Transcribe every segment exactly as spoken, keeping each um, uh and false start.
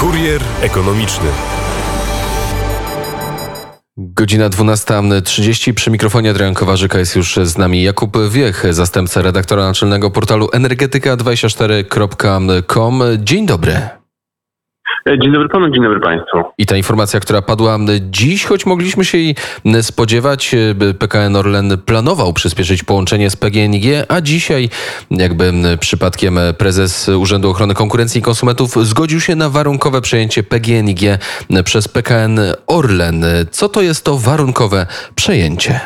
Kurier ekonomiczny. Godzina dwunasta trzydzieści. Przy mikrofonie Adrian Kowarzyka jest już z nami Jakub Wiech, zastępca redaktora naczelnego portalu energetyka dwadzieścia cztery kropka com. Dzień dobry. Dzień dobry panu, dzień dobry państwu. I ta informacja, która padła dziś, choć mogliśmy się jej spodziewać, P K N Orlen planował przyspieszyć połączenie z P G N I G, a dzisiaj jakby przypadkiem prezes Urzędu Ochrony Konkurencji i Konsumentów zgodził się na warunkowe przejęcie P G N I G przez P K N Orlen. Co to jest to warunkowe przejęcie?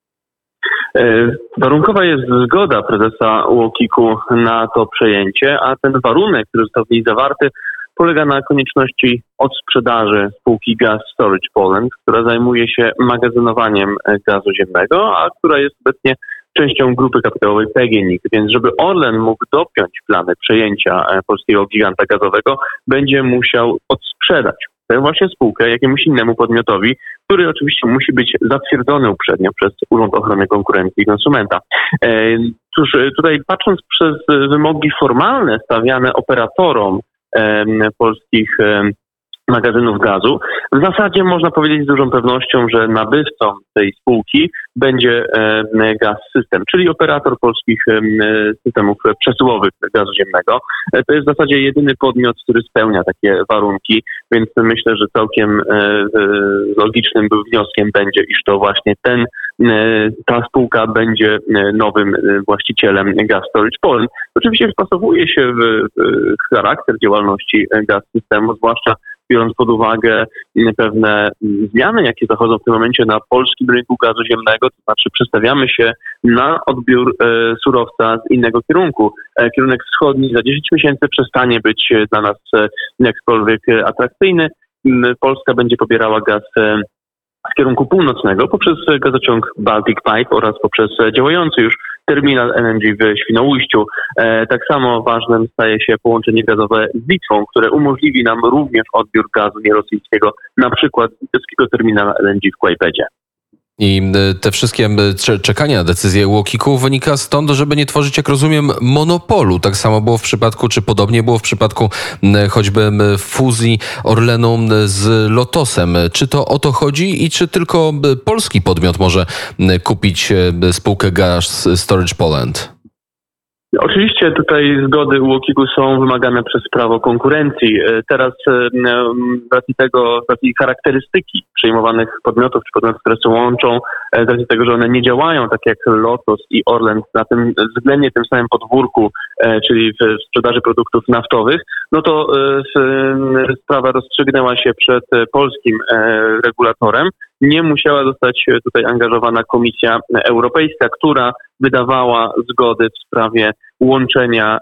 Warunkowa jest zgoda prezesa U O K I K-u na to przejęcie, a ten warunek, który został w niej zawarty, polega na konieczności odsprzedaży spółki Gas Storage Poland, która zajmuje się magazynowaniem gazu ziemnego, a która jest obecnie częścią grupy kapitałowej P G N I G. Więc żeby Orlen mógł dopiąć plany przejęcia polskiego giganta gazowego, będzie musiał odsprzedać tę właśnie spółkę jakiemuś innemu podmiotowi, który oczywiście musi być zatwierdzony uprzednio przez Urząd Ochrony Konkurencji i Konsumenta. Cóż, tutaj patrząc przez wymogi formalne stawiane operatorom polskich magazynów gazu, w zasadzie można powiedzieć z dużą pewnością, że nabywcą tej spółki będzie Gaz System, czyli operator polskich systemów przesyłowych gazu ziemnego. To jest w zasadzie jedyny podmiot, który spełnia takie warunki, więc myślę, że całkiem logicznym wnioskiem będzie, iż to właśnie ten, ta spółka będzie nowym właścicielem Gas Storage Poland. Oczywiście wpasowuje się w charakter działalności Gaz Systemu, zwłaszcza biorąc pod uwagę pewne zmiany, jakie zachodzą w tym momencie na polskim rynku gazu ziemnego, to znaczy przestawiamy się na odbiór e, surowca z innego kierunku. E, kierunek wschodni za dziesięć miesięcy przestanie być dla nas e, jakkolwiek atrakcyjny. Polska będzie pobierała gaz e, z kierunku północnego poprzez gazociąg Baltic Pipe oraz poprzez działający już terminal L N G w Świnoujściu. E, tak samo ważnym staje się połączenie gazowe z Litwą, które umożliwi nam również odbiór gazu nierosyjskiego, na przykład z litewskiego terminala L N G w Kłajpedzie. I te wszystkie czekania na decyzję U O K I K-u wynika stąd, żeby nie tworzyć, jak rozumiem, monopolu. Tak samo było w przypadku, czy podobnie było w przypadku choćby fuzji Orlenu z Lotosem. Czy to o to chodzi i czy tylko polski podmiot może kupić spółkę Gas Storage Poland? Oczywiście tutaj zgody U O K I K-u są wymagane przez prawo konkurencji. Teraz z racji tego, z racji charakterystyki przejmowanych podmiotów, czy podmiotów, które się łączą, z racji tego, że one nie działają tak jak Lotos i Orlen na tym względnie tym samym podwórku, czyli w sprzedaży produktów naftowych, no to sprawa rozstrzygnęła się przed polskim regulatorem. Nie musiała zostać tutaj angażowana Komisja Europejska, która wydawała zgody w sprawie łączenia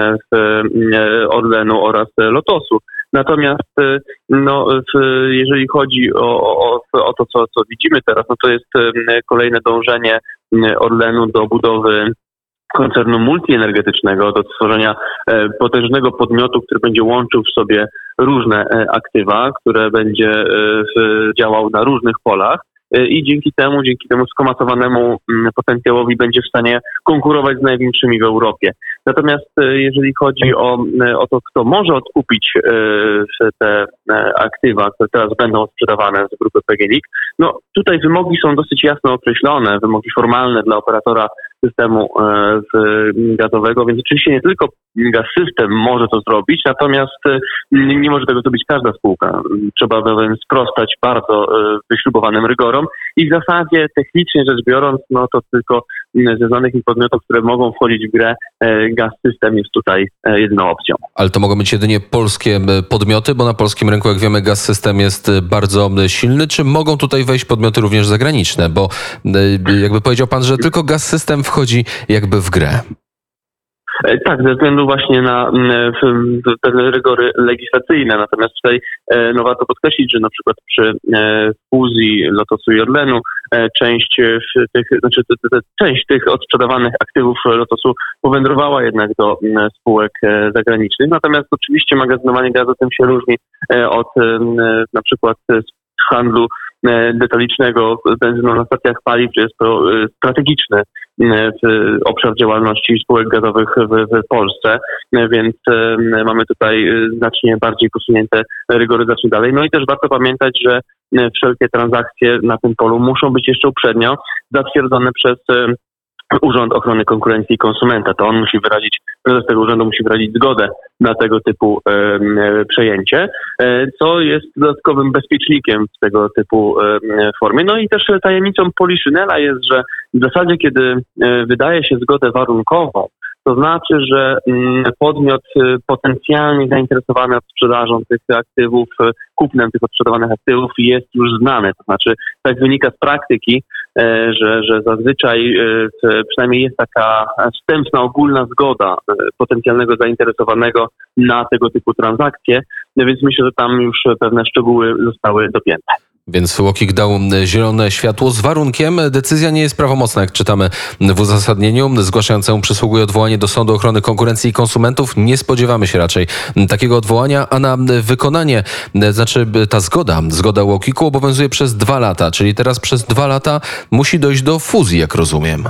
Orlenu oraz Lotosu. Natomiast no, jeżeli chodzi o, o, o to, co, co widzimy teraz, no to jest kolejne dążenie Orlenu do budowy koncernu multienergetycznego, do stworzenia potężnego podmiotu, który będzie łączył w sobie różne aktywa, które będzie działał na różnych polach i dzięki temu, dzięki temu skomasowanemu potencjałowi będzie w stanie konkurować z największymi w Europie. Natomiast jeżeli chodzi o, o to, kto może odkupić te aktywa, które teraz będą sprzedawane z grupy P G N I G, no tutaj wymogi są dosyć jasno określone, wymogi formalne dla operatora systemu gazowego, więc oczywiście nie tylko Gas System może to zrobić, natomiast nie może tego zrobić każda spółka. Trzeba bowiem sprostać bardzo wyśrubowanym rygorom i w zasadzie technicznie rzecz biorąc, no to tylko ze znanych mi podmiotów, które mogą wchodzić w grę, Gas System jest tutaj jedyną opcją. Ale to mogą być jedynie polskie podmioty, bo na polskim rynku, jak wiemy, Gas System jest bardzo silny. Czy mogą tutaj wejść podmioty również zagraniczne? Bo jakby powiedział pan, że tylko Gas System wchodzi jakby w grę. Tak, ze względu właśnie na pewne rygory legislacyjne. Natomiast tutaj no, warto podkreślić, że na przykład przy fuzji Lotosu i Orlenu część tych, znaczy, część tych odsprzedawanych aktywów Lotosu powędrowała jednak do spółek zagranicznych. Natomiast oczywiście magazynowanie gazu tym się różni od na przykład handlu detalicznego benzyną na stacjach paliw, czy jest to strategiczny obszar działalności spółek gazowych w, w Polsce, więc mamy tutaj znacznie bardziej posunięte rygory znacznie dalej. No i też warto pamiętać, że wszelkie transakcje na tym polu muszą być jeszcze uprzednio zatwierdzone przez Urząd Ochrony Konkurencji i Konsumenta. To on musi wyrazić, prezes tego urzędu musi wyrazić zgodę na tego typu e, przejęcie, e, co jest dodatkowym bezpiecznikiem w tego typu e, formie. No i też tajemnicą Poliszynela jest, że w zasadzie, kiedy e, wydaje się zgodę warunkową, to znaczy, że podmiot potencjalnie zainteresowany sprzedażą tych aktywów, kupnem tych odsprzedawanych aktywów jest już znany. To znaczy, tak wynika z praktyki, że, że zazwyczaj przynajmniej jest taka wstępna, ogólna zgoda potencjalnego zainteresowanego na tego typu transakcje, więc myślę, że tam już pewne szczegóły zostały dopięte. Więc UOKiK dał zielone światło z warunkiem. Decyzja nie jest prawomocna, jak czytamy w uzasadnieniu. Zgłaszającemu przysługuje odwołanie do Sądu Ochrony Konkurencji i Konsumentów. Nie spodziewamy się raczej takiego odwołania, a na wykonanie, znaczy ta zgoda, zgoda UOKiK-u obowiązuje przez dwa lata, czyli teraz przez dwa lata musi dojść do fuzji, jak rozumiem.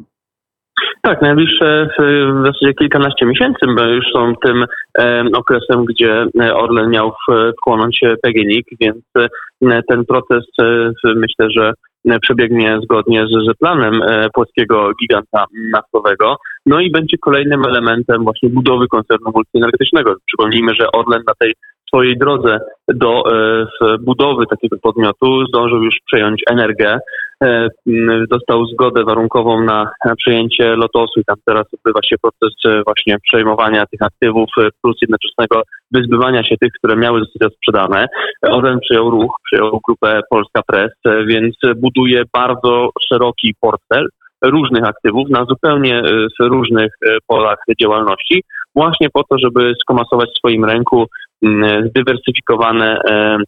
Tak, najbliższe w zasadzie kilkanaście miesięcy już są tym e, okresem, gdzie Orlen miał wchłonąć P G N I K, więc e, ten proces e, myślę, że przebiegnie zgodnie z, z planem e, polskiego giganta naftowego. No i będzie kolejnym elementem właśnie budowy koncernu multienergetycznego. Przypomnijmy, że Orlen na tej swojej drodze do e, budowy takiego podmiotu zdążył już przejąć Energę. E, dostał zgodę warunkową na, na przejęcie Lotosu i tam teraz odbywa się proces e, właśnie przejmowania tych aktywów e, plus jednoczesnego wyzbywania się tych, które miały zostać sprzedane. Orlen przejął Ruch, przejął grupę Polska Press, e, więc buduje bardzo szeroki portfel różnych aktywów na zupełnie w różnych polach działalności, właśnie po to, żeby skomasować w swoim ręku zdywersyfikowane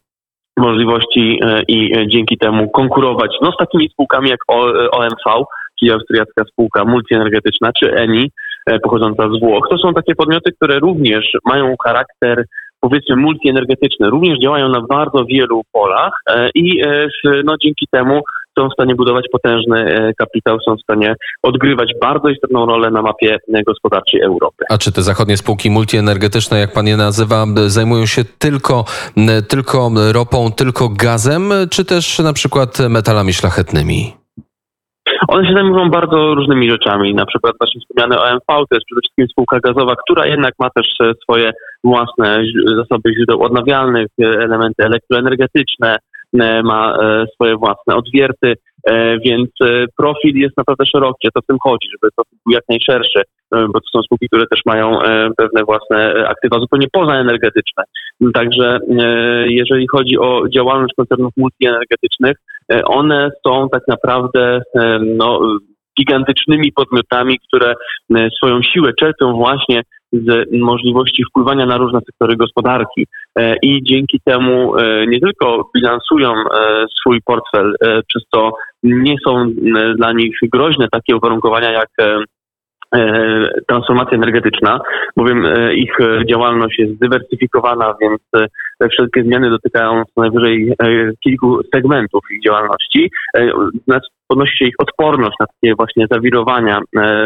możliwości i dzięki temu konkurować no, z takimi spółkami jak O M V, czyli austriacka spółka multienergetyczna, czy Eni, pochodząca z Włoch. To są takie podmioty, które również mają charakter, powiedzmy, multienergetyczny, również działają na bardzo wielu polach i no, dzięki temu są w stanie budować potężny kapitał, są w stanie odgrywać bardzo istotną rolę na mapie gospodarczej Europy. A czy te zachodnie spółki multienergetyczne, jak pan je nazywa, zajmują się tylko, tylko ropą, tylko gazem, czy też na przykład metalami szlachetnymi? One się zajmują bardzo różnymi rzeczami. Na przykład właśnie wspomniane O M V to jest przede wszystkim spółka gazowa, która jednak ma też swoje własne zasoby źródeł odnawialnych, elementy elektroenergetyczne, ma swoje własne odwierty, więc profil jest naprawdę szeroki, o to w tym chodzi, żeby profil był jak najszerszy, bo to są spółki, które też mają pewne własne aktywa zupełnie pozaenergetyczne. Także jeżeli chodzi o działalność koncernów multienergetycznych, one są tak naprawdę no, gigantycznymi podmiotami, które swoją siłę czerpią właśnie z możliwości wpływania na różne sektory gospodarki i dzięki temu nie tylko bilansują swój portfel, przez co nie są dla nich groźne takie uwarunkowania jak transformacja energetyczna, bowiem ich działalność jest zdywersyfikowana, więc wszelkie zmiany dotykają co najwyżej kilku segmentów ich działalności. Podnosi się ich odporność na takie właśnie zawirowania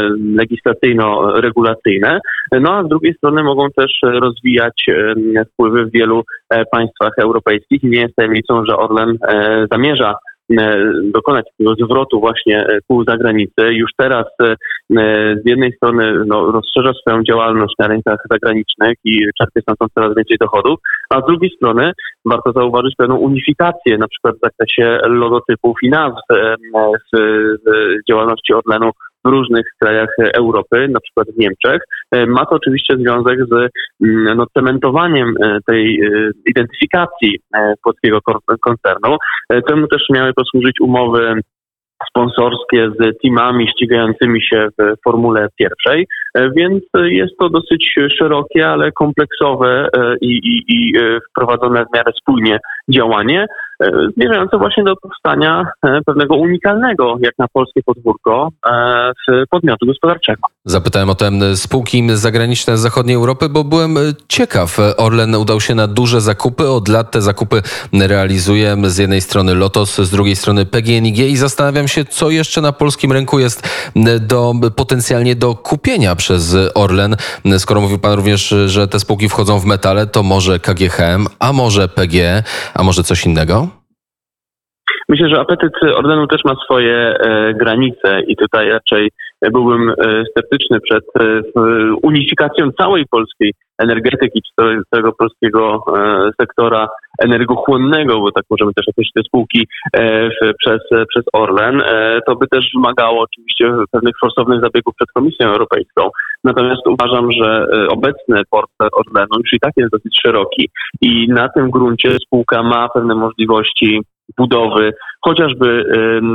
legislacyjno-regulacyjne, no a z drugiej strony mogą też rozwijać wpływy w wielu państwach europejskich. Nie jest tajemnicą, że Orlen zamierza dokonać takiego zwrotu właśnie ku zagranicy. Już teraz z jednej strony no, rozszerza swoją działalność na rynkach zagranicznych i czerpie stamtąd coraz więcej dochodów, a z drugiej strony warto zauważyć pewną unifikację, na przykład w zakresie logotypów i nazw w działalności Orlenu w różnych krajach Europy, na przykład w Niemczech. Ma to oczywiście związek z no, cementowaniem tej identyfikacji polskiego koncernu. Temu też miały posłużyć umowy sponsorskie z teamami ścigającymi się w Formule pierwszej, więc jest to dosyć szerokie, ale kompleksowe i, i, i wprowadzone w miarę spójnie działanie. zmierzające właśnie do powstania pewnego unikalnego, jak na polskie podwórko, podmiotu gospodarczego. Zapytałem o te spółki zagraniczne z zachodniej Europy, bo byłem ciekaw. Orlen udał się na duże zakupy. Od lat te zakupy realizuje z jednej strony Lotos, z drugiej strony P G N I G i zastanawiam się, co jeszcze na polskim rynku jest do, potencjalnie do kupienia przez Orlen. Skoro mówił pan również, że te spółki wchodzą w metale, to może K G H M, a może P G, a może coś innego? Myślę, że apetyt Orlenu też ma swoje e, granice i tutaj raczej byłbym e, sceptyczny przed e, unifikacją całej polskiej energetyki, czy całego polskiego e, sektora energochłonnego, bo tak możemy też określić te spółki e, w, przez, przez Orlen. E, to by też wymagało oczywiście pewnych forsownych zabiegów przed Komisją Europejską. Natomiast uważam, że obecny portfel Orlenu już i tak jest dosyć szeroki i na tym gruncie spółka ma pewne możliwości budowy chociażby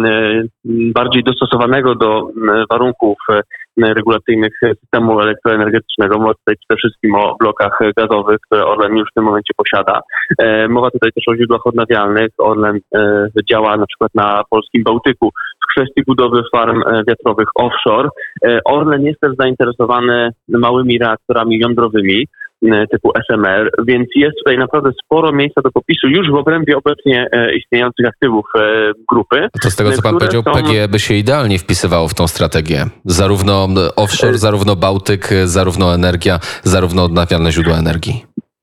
bardziej dostosowanego do warunków regulacyjnych systemu elektroenergetycznego. Mowa tutaj przede wszystkim o blokach gazowych, które Orlen już w tym momencie posiada. Mowa tutaj też o źródłach odnawialnych. Orlen działa na przykład na polskim Bałtyku w kwestii budowy farm wiatrowych offshore. Orlen jest też zainteresowany małymi reaktorami jądrowymi typu S M R, więc jest tutaj naprawdę sporo miejsca do popisu już w obrębie obecnie istniejących aktywów grupy. To z tego, co pan powiedział, są... P G by się idealnie wpisywało w tą strategię. Zarówno offshore, zarówno Bałtyk, zarówno energia, zarówno odnawialne źródła energii.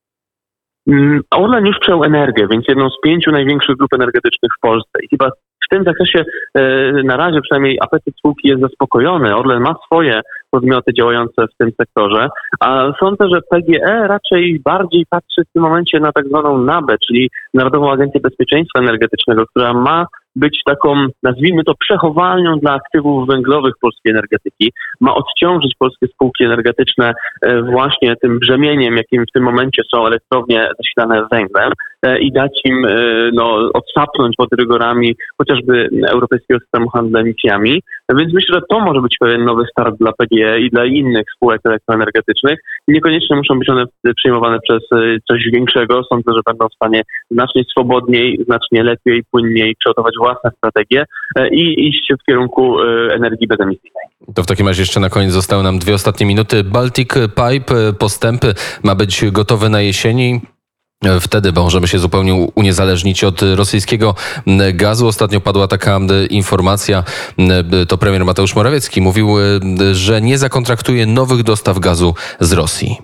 Orlen już przejął energię, więc jedną z pięciu największych grup energetycznych w Polsce. I chyba w tym zakresie na razie przynajmniej apetyt spółki jest zaspokojony. Orlen ma swoje podmioty działające w tym sektorze, a sądzę, że P G E raczej bardziej patrzy w tym momencie na tak zwaną N A B E, czyli Narodową Agencję Bezpieczeństwa Energetycznego, która ma być taką, nazwijmy to, przechowalnią dla aktywów węglowych polskiej energetyki. Ma odciążyć polskie spółki energetyczne właśnie tym brzemieniem, jakim w tym momencie są elektrownie zasilane węglem i dać im no, odsapnąć pod rygorami chociażby Europejskiego Systemu Handlu Emisjami. Więc myślę, że to może być pewien nowy start dla P G E i dla innych spółek elektroenergetycznych. Niekoniecznie muszą być one przyjmowane przez coś większego. Sądzę, że będą w stanie znacznie swobodniej, znacznie lepiej, płynniej kształtować własne strategie i iść w kierunku energii bezemisyjnej. To w takim razie jeszcze na koniec zostały nam dwie ostatnie minuty. Baltic Pipe, postępy, ma być gotowy na jesieni. Wtedy możemy się zupełnie uniezależnić od rosyjskiego gazu. Ostatnio padła taka informacja, to premier Mateusz Morawiecki mówił, że nie zakontraktuje nowych dostaw gazu z Rosji.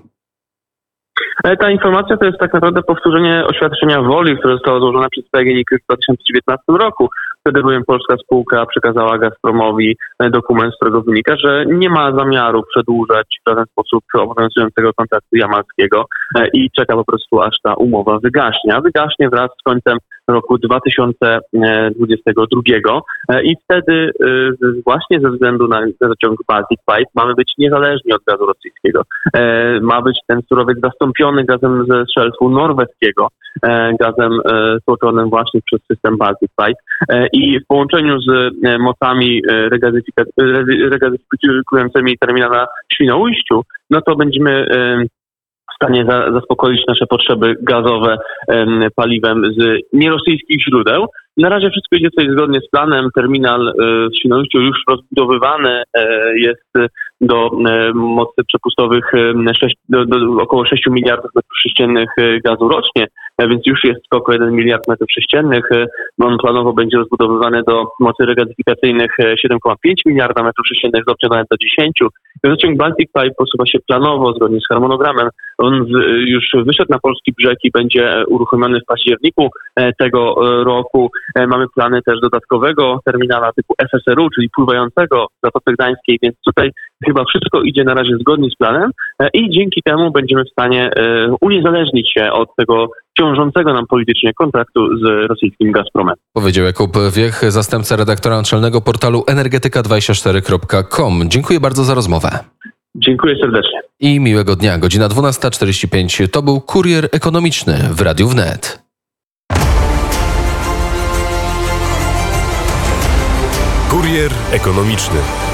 Ta informacja to jest tak naprawdę powtórzenie oświadczenia woli, które zostało złożone przez P G N I G w dwa tysiące dziewiętnastym roku. Wtedy bowiem polska spółka przekazała Gazpromowi dokument, z którego wynika, że nie ma zamiaru przedłużać w żaden sposób obowiązującego kontraktu jamalskiego i czeka po prostu, aż ta umowa wygaśnie. A wygaśnie wraz z końcem roku dwa tysiące dwudziestego drugiego i wtedy właśnie ze względu na gazociąg Baltic Pipe mamy być niezależni od gazu rosyjskiego. Ma być ten surowiec zastąpiony gazem ze szelfu norweskiego, gazem tłoczonym właśnie przez system Baltic Pipe i w połączeniu z mocami regazyfikującymi terminal na Świnoujściu, no to będziemy w stanie za, zaspokoić nasze potrzeby gazowe em, paliwem z nierosyjskich źródeł. Na razie wszystko idzie tutaj zgodnie z planem. Terminal e, w Świnoujściu już rozbudowywany e, jest do e, mocy przepustowych e, sześć, do, do około sześć miliardów metrów sześciennych gazu rocznie, e, więc już jest około jeden miliard metrów sześciennych. E, on planowo będzie rozbudowywany do mocy regazyfikacyjnych siedem przecinek pięć miliarda metrów sześciennych, z opcją nawet do dziesięć. Gazociąg Baltic Pipe posuwa się planowo, zgodnie z harmonogramem. On z, już wyszedł na polski brzeg i będzie uruchomiony w październiku e, tego e, roku. Mamy plany też dodatkowego terminala typu F S R U, czyli pływającego w Zatoce Gdańskiej, więc tutaj chyba wszystko idzie na razie zgodnie z planem i dzięki temu będziemy w stanie uniezależnić się od tego ciążącego nam politycznie kontraktu z rosyjskim Gazpromem. Powiedział Jakub Wiech, zastępca redaktora naczelnego portalu energetyka dwadzieścia cztery kropka com. Dziękuję bardzo za rozmowę. Dziękuję serdecznie. I miłego dnia. Godzina dwunasta czterdzieści pięć. To był Kurier Ekonomiczny w Radiu Wnet. Kurier Ekonomiczny.